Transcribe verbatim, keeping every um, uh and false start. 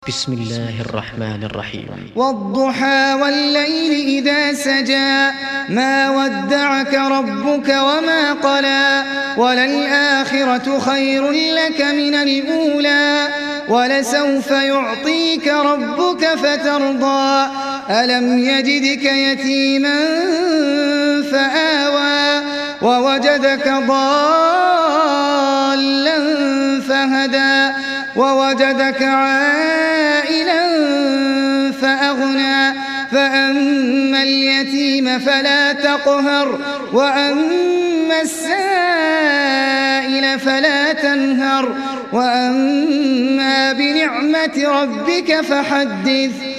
بسم الله الرحمن الرحيم. والضحى والليل إذا سجى ما ودعك ربك وما قلى وللآخرة خير لك من الأولى ولسوف يعطيك ربك فترضى ألم يجدك يتيما فآوى ووجدك ضالا فهدى ووجدك عائلا فأغنى فأما اليتيم فلا تقهر وأما السائل فلا تنهر وأما بنعمة ربك فحدث.